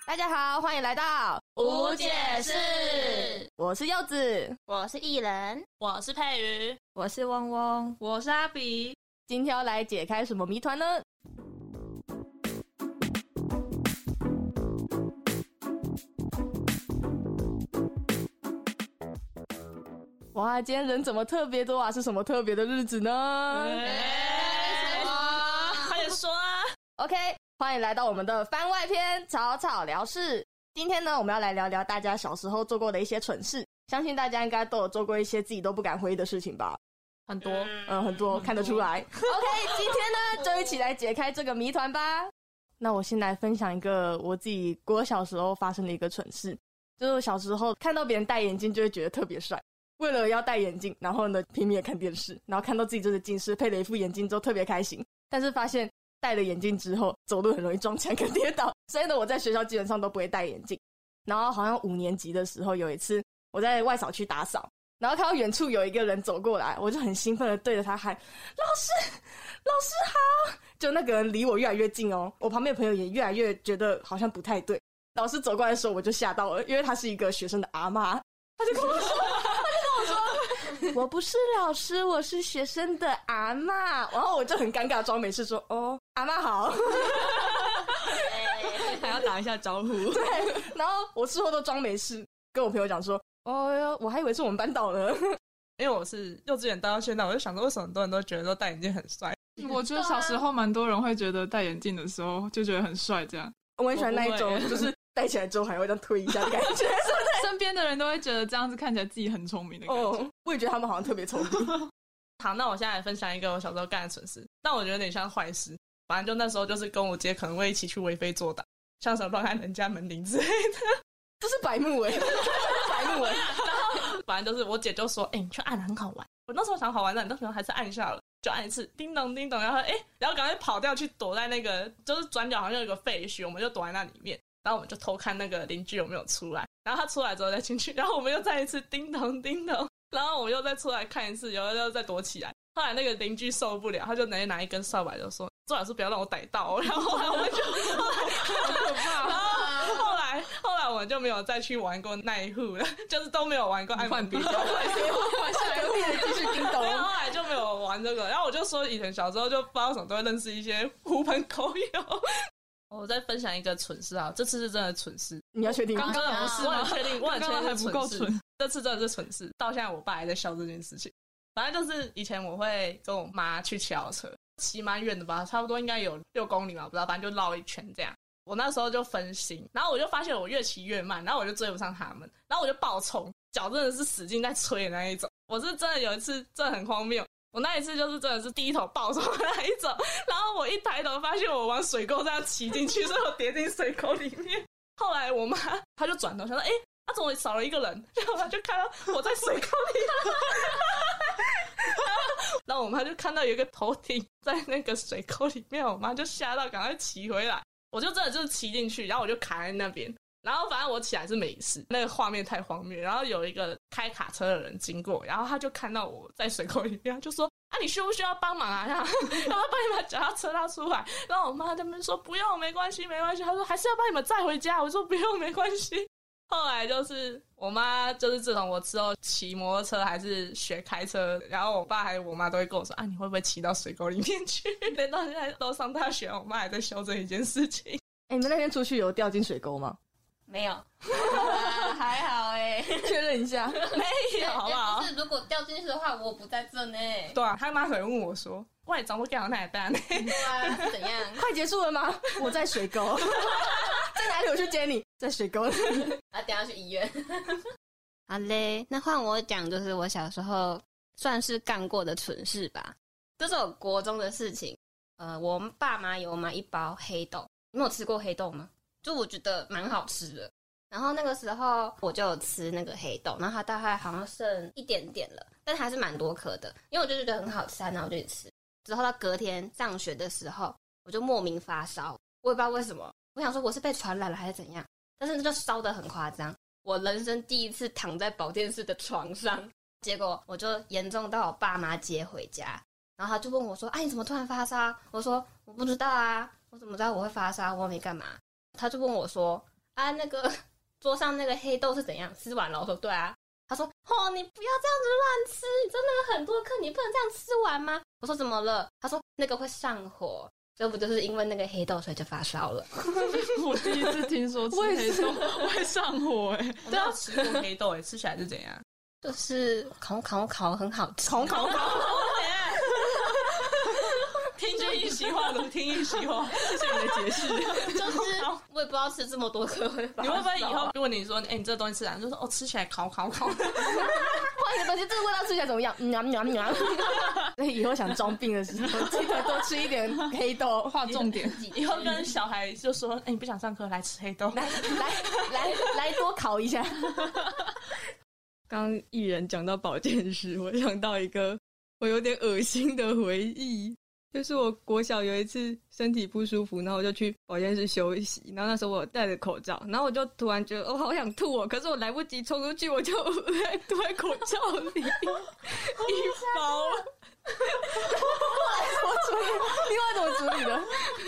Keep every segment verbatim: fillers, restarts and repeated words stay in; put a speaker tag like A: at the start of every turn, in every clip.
A: 大家好，欢迎来到
B: 无解释。
A: 我是柚子，
B: 我是艺人，
C: 我是佩瑜，
A: 我是汪汪，
C: 我是阿比。
A: 今天要来解开什么谜团呢？哇，今天人怎么特别多啊？是什么特别的日子呢？
C: 哎，什么？快点说啊
A: ！OK， 欢迎来到我们的番外篇草草聊事。今天呢，我们要来聊聊大家小时候做过的一些蠢事。相信大家应该都有做过一些自己都不敢回忆的事情吧？
C: 很多，
A: 嗯，很多，看得出来。OK， 今天呢，就一起来解开这个谜团吧。那我先来分享一个我自己国小时候发生的一个蠢事，就是我小时候看到别人戴眼镜就会觉得特别帅。为了要戴眼镜，然后呢拼命的看电视，然后看到自己就是近视，配了一副眼镜之后特别开心。但是发现戴了眼镜之后走路很容易撞墙跟跌倒，所以呢我在学校基本上都不会戴眼镜。然后好像五年级的时候有一次我在外扫区打扫，然后看到远处有一个人走过来，我就很兴奋的对着他喊老师老师好，就那个人离我越来越近哦，我旁边的朋友也越来越觉得好像不太对。老师走过来的时候我就吓到了，因为他是一个学生的阿嬷，他就跟我说我不是老师，我是学生的阿嬷。然后我就很尴尬装没事说哦阿嬷好
C: 还要打一下招呼。
A: 对，然后我事后都装没事跟我朋友讲说哦我还以为是我们班导呢。
C: 因为我是幼稚园到现在，我就想说为什么很多人都觉得说戴眼镜很帅。
D: 我觉得小时候蛮多人会觉得戴眼镜的时候就觉得很帅这样。
A: 我很喜欢那一种就是戴起来之后还会这样推一下的感觉
D: 身边的人都会觉得这样子看起来自己很聪明的感觉、哦、
A: 我也觉得他们好像特别聪明
C: 好，那我现在来分享一个我小时候干的蠢事，但我觉得有点像坏事。反正就那时候就是跟我姐可能会一起去为非作歹，像什么乱按人家门铃之类的。
A: 这是白目欸白目欸。
C: 然后反正就是我姐就说哎、欸，你去按很好玩。我那时候想好玩，那你那时候还是按下了，就按一次叮咚叮咚，然后哎、欸，然后赶快跑掉去躲在那个就是转角好像有一个废墟，我们就躲在那里面，然后我们就偷看那个邻居有没有出来，然后他出来之后再进去，然后我们又再一次叮咚叮咚，然后我们又再出来看一次，然后又再躲起来。后来那个邻居受不了，他就直接拿一根扫把就说最好是不要让我逮到。然后后来我们就后来好可怕。然后后来后来我们就没有再去玩过那一户了，就是都没有玩过按
D: 换别的
A: 换下隔壁的继续叮咚。
C: 后来就没有玩这个。然后我就说以前小时候就不知道什么都会认识一些狐朋狗友。我再分享一个蠢事啊，这次是真的蠢事。
A: 你要确定
D: 吗？刚刚不是吗？
C: 我很确定，我很确定
D: 还不够蠢。
C: 这次真的是蠢事，到现在我爸还在笑这件事情。反正就是以前我会跟我妈去骑脚车，骑蛮远的吧，差不多应该有六公里嘛，不知道，反正就绕一圈这样。我那时候就分心，然后我就发现我越骑越慢，然后我就追不上他们，然后我就爆冲，脚真的是使劲在吹的那一种。我是真的有一次真的很荒谬，我那一次就是真的是低头爆冲的那一种，然后我一抬头发现我往水沟这样骑进去，所以我跌进水沟里面。后来我妈她就转头想说诶他、啊、怎么少了一个人，然后他就看到我在水沟里然后我妈就看到有一个头顶在那个水沟里面，我妈就吓到赶快骑回来。我就真的就是骑进去，然后我就卡在那边，然后反正我起来是没事，那个画面太荒谬。然后有一个开卡车的人经过，然后他就看到我在水沟里面，他就说啊你需不需要帮忙啊，要不要帮你们脚踏车拉出来。然后我妈在那边说不用没关系没关系，她说还是要帮你们载回家，我说不用没关系。后来就是我妈就是自从我之后骑摩托车还是学开车，然后我爸还有我妈都会跟我说啊你会不会骑到水沟里面去。连到现在都上大学，我妈还在修正一件事情。
A: 欸，你们那天出去有掉进水沟吗？
B: 没有还好欸
A: 确认一下
C: 没有好不好？
B: 不是，如果掉进去的话我不在这呢。
C: 对啊，他妈可能问我说喂怎么会掉到那里蛋呢？
B: 对啊是怎样
A: 快结束了吗？我在水沟在哪里？我去接你。在水沟里
B: 啊，等一下去医院好嘞，那换我讲，就是我小时候算是干过的蠢事吧。这是我国中的事情。呃，我爸妈有买一包黑豆，你们有吃过黑豆吗？就我觉得蛮好吃的。然后那个时候我就有吃那个黑豆，然后它大概好像剩一点点了，但是还是蛮多颗的，因为我就觉得很好吃啊，然后我就去吃。之后到隔天上学的时候，我就莫名发烧，我也不知道为什么，我想说我是被传染了还是怎样，但是就烧得很夸张。我人生第一次躺在保健室的床上，结果我就严重到我爸妈接回家，然后他就问我说哎、啊，你怎么突然发烧？我说我不知道啊，我怎么知道我会发烧，我没干嘛。他就问我说啊，那个桌上那个黑豆是怎样吃完了？我说对啊。他说哦，你不要这样子乱吃，你真的有很多颗，你不能这样吃完吗？我说怎么了？他说那个会上火，这不就是因为那个黑豆所以就发烧了？
D: 我第一次听说吃黑豆会上火哎、欸，
C: 我没有吃过黑豆哎、欸，吃起来是怎样？
B: 就是烤烤烤很好吃，
A: 烤烤烤。
C: 听君一席话，如听一席话。谢谢你的解释。
B: 就是我也不知道吃这么多颗会发烧。
C: 你会不会以后如果你说，哎、欸，你这个东西吃完，就说哦，吃起来烤烤烤。
A: 换一个东西，这个味道吃起来怎么样？喵喵喵。所以以后想装病的时候，记得多吃一点黑豆，
D: 划重点。
C: 以后跟小孩就说，哎、欸，你不想上课，来吃黑豆，
A: 来来来来多烤一下。
E: 刚艺人讲到保健室，我想到一个我有点恶心的回忆。就是我国小有一次身体不舒服，然后我就去保健室休息，然后那时候我戴着口罩，然后我就突然觉得我、哦、好想吐哦，可是我来不及冲出去，我就吐在口罩里一包。
A: 我处理，另外怎么处理的？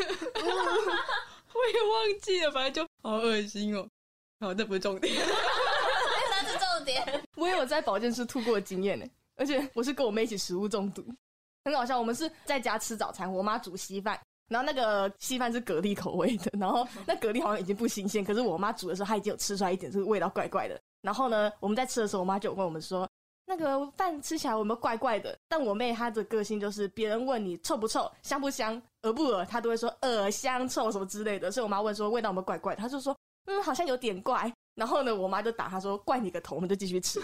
E: 我也忘记了，反正就好恶心哦。好，这不是重点。
B: 那是重点。
A: 我也有在保健室吐过的经验呢，而且我是跟我妹一起食物中毒。很搞笑，我们是在家吃早餐，我妈煮稀饭，然后那个稀饭是蛤蜊口味的，然后那蛤蜊好像已经不新鲜，可是我妈煮的时候她已经有吃出来一点这个味道怪怪的。然后呢，我们在吃的时候，我妈就有问我们说，那个饭吃起来有没有怪怪的？但我妹她的个性就是别人问你臭不臭、香不香、恶不恶，她都会说恶、香、臭什么之类的。所以我妈问说味道有没有怪怪的，她就说嗯好像有点怪。然后呢，我妈就打她说怪你个头，我们就继续吃。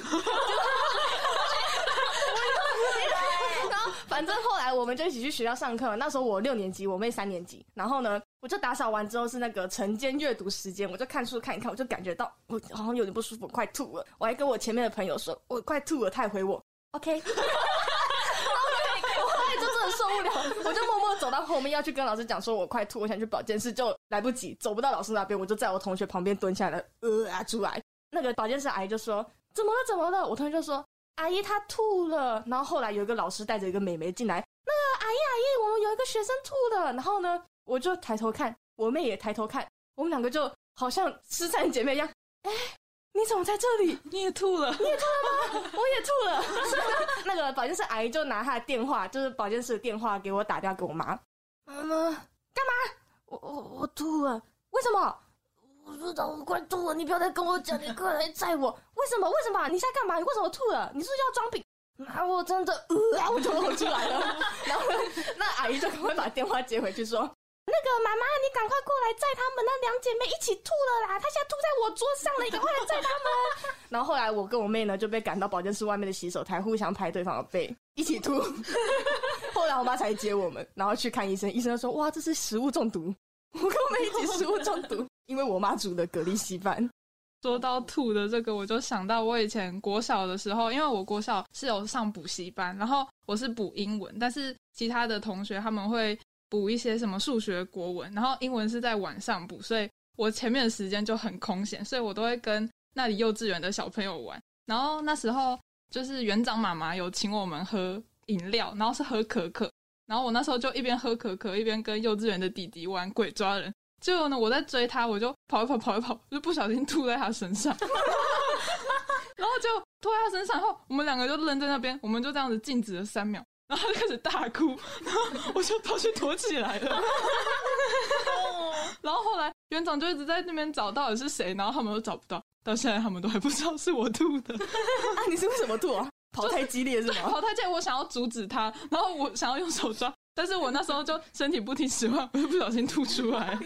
A: 反正后来我们就一起去学校上课，那时候我六年级，我妹三年级。然后呢，我就打扫完之后是那个晨间阅读时间，我就看书看一看，我就感觉到我好像有点不舒服，快吐了。我还跟我前面的朋友说我快吐了，他也回我 OK。 然后我后来就真的受不了，我就默默走到后面要去跟老师讲说我快吐，我想去保健室，就来不及，走不到老师那边，我就在我同学旁边蹲下来呃啊出来。那个保健室阿姨就说怎么了怎么了，我同学就说阿姨她吐了。然后后来有一个老师带着一个妹妹进来，那个阿姨阿姨我们有一个学生吐了。然后呢我就抬头看，我妹也抬头看，我们两个就好像失散姐妹一样，哎你怎么在这里？
C: 你也吐了？
A: 你也吐了吗？我也吐了。那个保健室阿姨就拿她的电话，就是保健室的电话给我打电话给我妈，妈妈干嘛？我我我吐了。为什么？我知道我快吐了，你不要再跟我讲，你快来载我。为什么？为什么？你现在干嘛？你为什么吐了？你是不是要装病？啊，我真的呃，我头出来了。然后那阿姨就赶快把电话接回去说，那个妈妈，你赶快过来载他们，那两姐妹一起吐了啦！她现在吐在我桌上了，你赶快来载他们。然后后来我跟我妹呢就被赶到保健室外面的洗手台，互相拍对方的背，一起吐。后来我妈才接我们，然后去看医生，医生就说哇，这是食物中毒。我跟我妹一起食物中毒，因为我妈煮的蛤蜊稀饭。
D: 说到吐的这个，我就想到我以前国小的时候，因为我国小是有上补习班，然后我是补英文，但是其他的同学他们会补一些什么数学、国文，然后英文是在晚上补，所以我前面的时间就很空闲，所以我都会跟那里幼稚园的小朋友玩。然后那时候就是园长妈妈有请我们喝饮料，然后是喝可可，然后我那时候就一边喝可可一边跟幼稚园的弟弟玩鬼抓人。结果呢，我在追他，我就跑一跑跑一跑，就不小心吐在他身上。然后就吐在他身上后，我们两个就愣在那边，我们就这样子静止了三秒，然后他就开始大哭，然后我就跑去躲起来了。然后后来园长就一直在那边找到底是谁，然后他们都找不到，到现在他们都还不知道是我吐的。
A: 啊，你是为什么吐啊？跑太激烈是吗？
D: 跑太激烈，我想要阻止他，然后我想要用手抓，但是我那时候就身体不听使唤，我就不小心吐出来。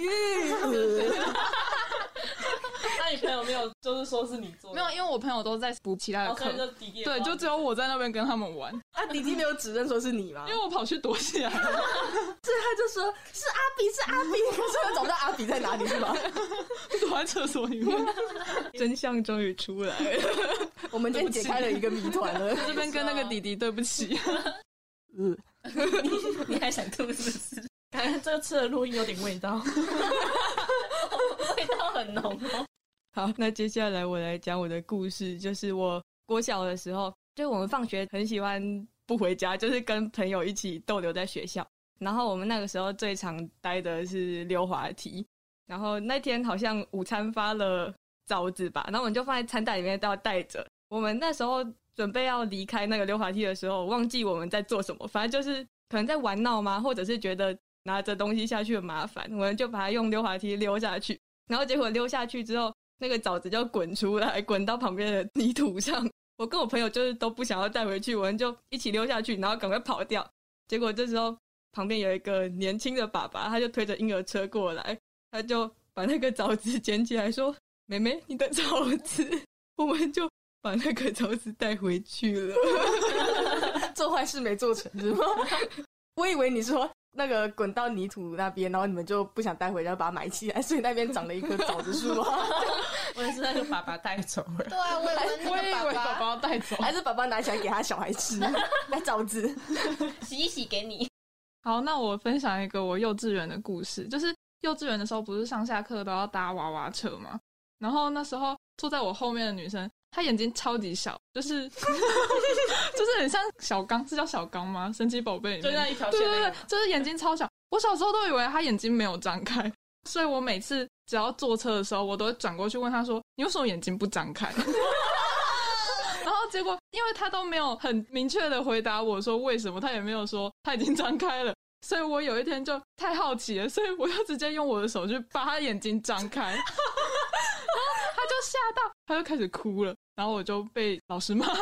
C: 那你朋友没有就是说是你做的？
D: 没有，因为我朋友都在补其他的课，
C: 哦、就弟弟
D: 对，就只有我在那边跟他们玩。
A: 啊，弟弟没有指认说是你吗？
D: 因为我跑去躲起来了。
A: 所以他就说是阿比，是阿比，可是我找不到阿比在哪里，是吗？
D: 躲在厕所里面。
E: 真相终于出来了，
A: 我们今天解开了一个谜团了。
D: 这边跟那个弟弟对不起。
A: 嗯，
B: 你你还想吐是不是？
C: 感觉这个吃的录音有点味道。
B: 味道很浓哦。
E: 好，那接下来我来讲我的故事，就是我国小的时候，就是我们放学很喜欢不回家，就是跟朋友一起逗留在学校。然后我们那个时候最常待的是溜滑梯， 然后那天好像午餐发了枣子吧，然后我们就放在餐袋里面都要带着。我们那时候准备要离开那个溜滑梯的时候，忘记我们在做什么，反正就是可能在玩闹吗，或者是觉得拿着东西下去很麻烦，我们就把它用溜滑梯溜下去，然后结果溜下去之后，那个枣子就滚出来，滚到旁边的泥土上。我跟我朋友就是都不想要带回去，我们就一起溜下去，然后赶快跑掉。结果这时候旁边有一个年轻的爸爸，他就推着婴儿车过来，他就把那个枣子捡起来说：“妹妹，你的枣子。”我们就把那个枣子带回去了。
A: 做坏事没做成是吗？我以为你说那个滚到泥土那边，然后你们就不想带回家，把它埋起来，所以那边长了一棵枣子树啊。
C: 我也是那个爸爸带走了。
B: 对啊，我以为那
D: 我以
B: 个爸爸
D: 为宝宝要带走。
A: 还是爸爸拿起来给他小孩吃，来枣子。
B: 洗一洗给你。
D: 好，那我分享一个我幼稚园的故事，就是幼稚园的时候不是上下课都要搭娃娃车吗？然后那时候坐在我后面的女生，她眼睛超级小，就是就是很像小刚，是叫小刚吗？神奇宝贝里面
C: 就那一条线、那个，
D: 对对对，就是眼睛超小。我小时候都以为她眼睛没有张开，所以我每次只要坐车的时候，我都会转过去问她说：“你为什么眼睛不张开？”然后结果因为她都没有很明确的回答我说为什么，她也没有说她已经张开了。所以我有一天就太好奇了，所以我就直接用我的手去把他眼睛张开，然后他就吓到，他就开始哭了，然后我就被老师骂了。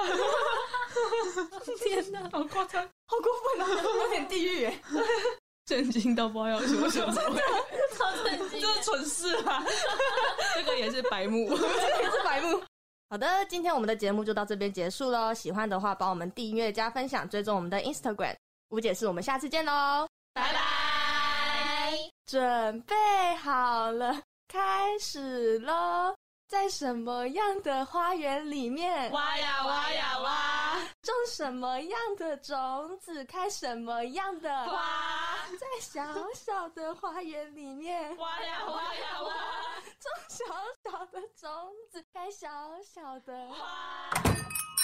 A: 天哪，好夸张，好过分啊，有点地狱耶！
E: 震惊到不知道要说什么。
B: 超震惊，
C: 这是蠢事啊！
E: 这个也是白目，
A: 这个也是白目。好的，今天我们的节目就到这边结束咯，喜欢的话帮我们订阅加分享，追踪我们的 Instagram。吴姐是我们下次见咯，
B: 拜拜。
A: 准备好了，开始咯。在什么样的花园里面，
C: 挖呀挖呀挖，
A: 种什么样的种子，开什么样的
C: 花，
A: 在小小的花园里面，
C: 挖呀挖呀挖，
A: 种小小的种子，开小小的
C: 花。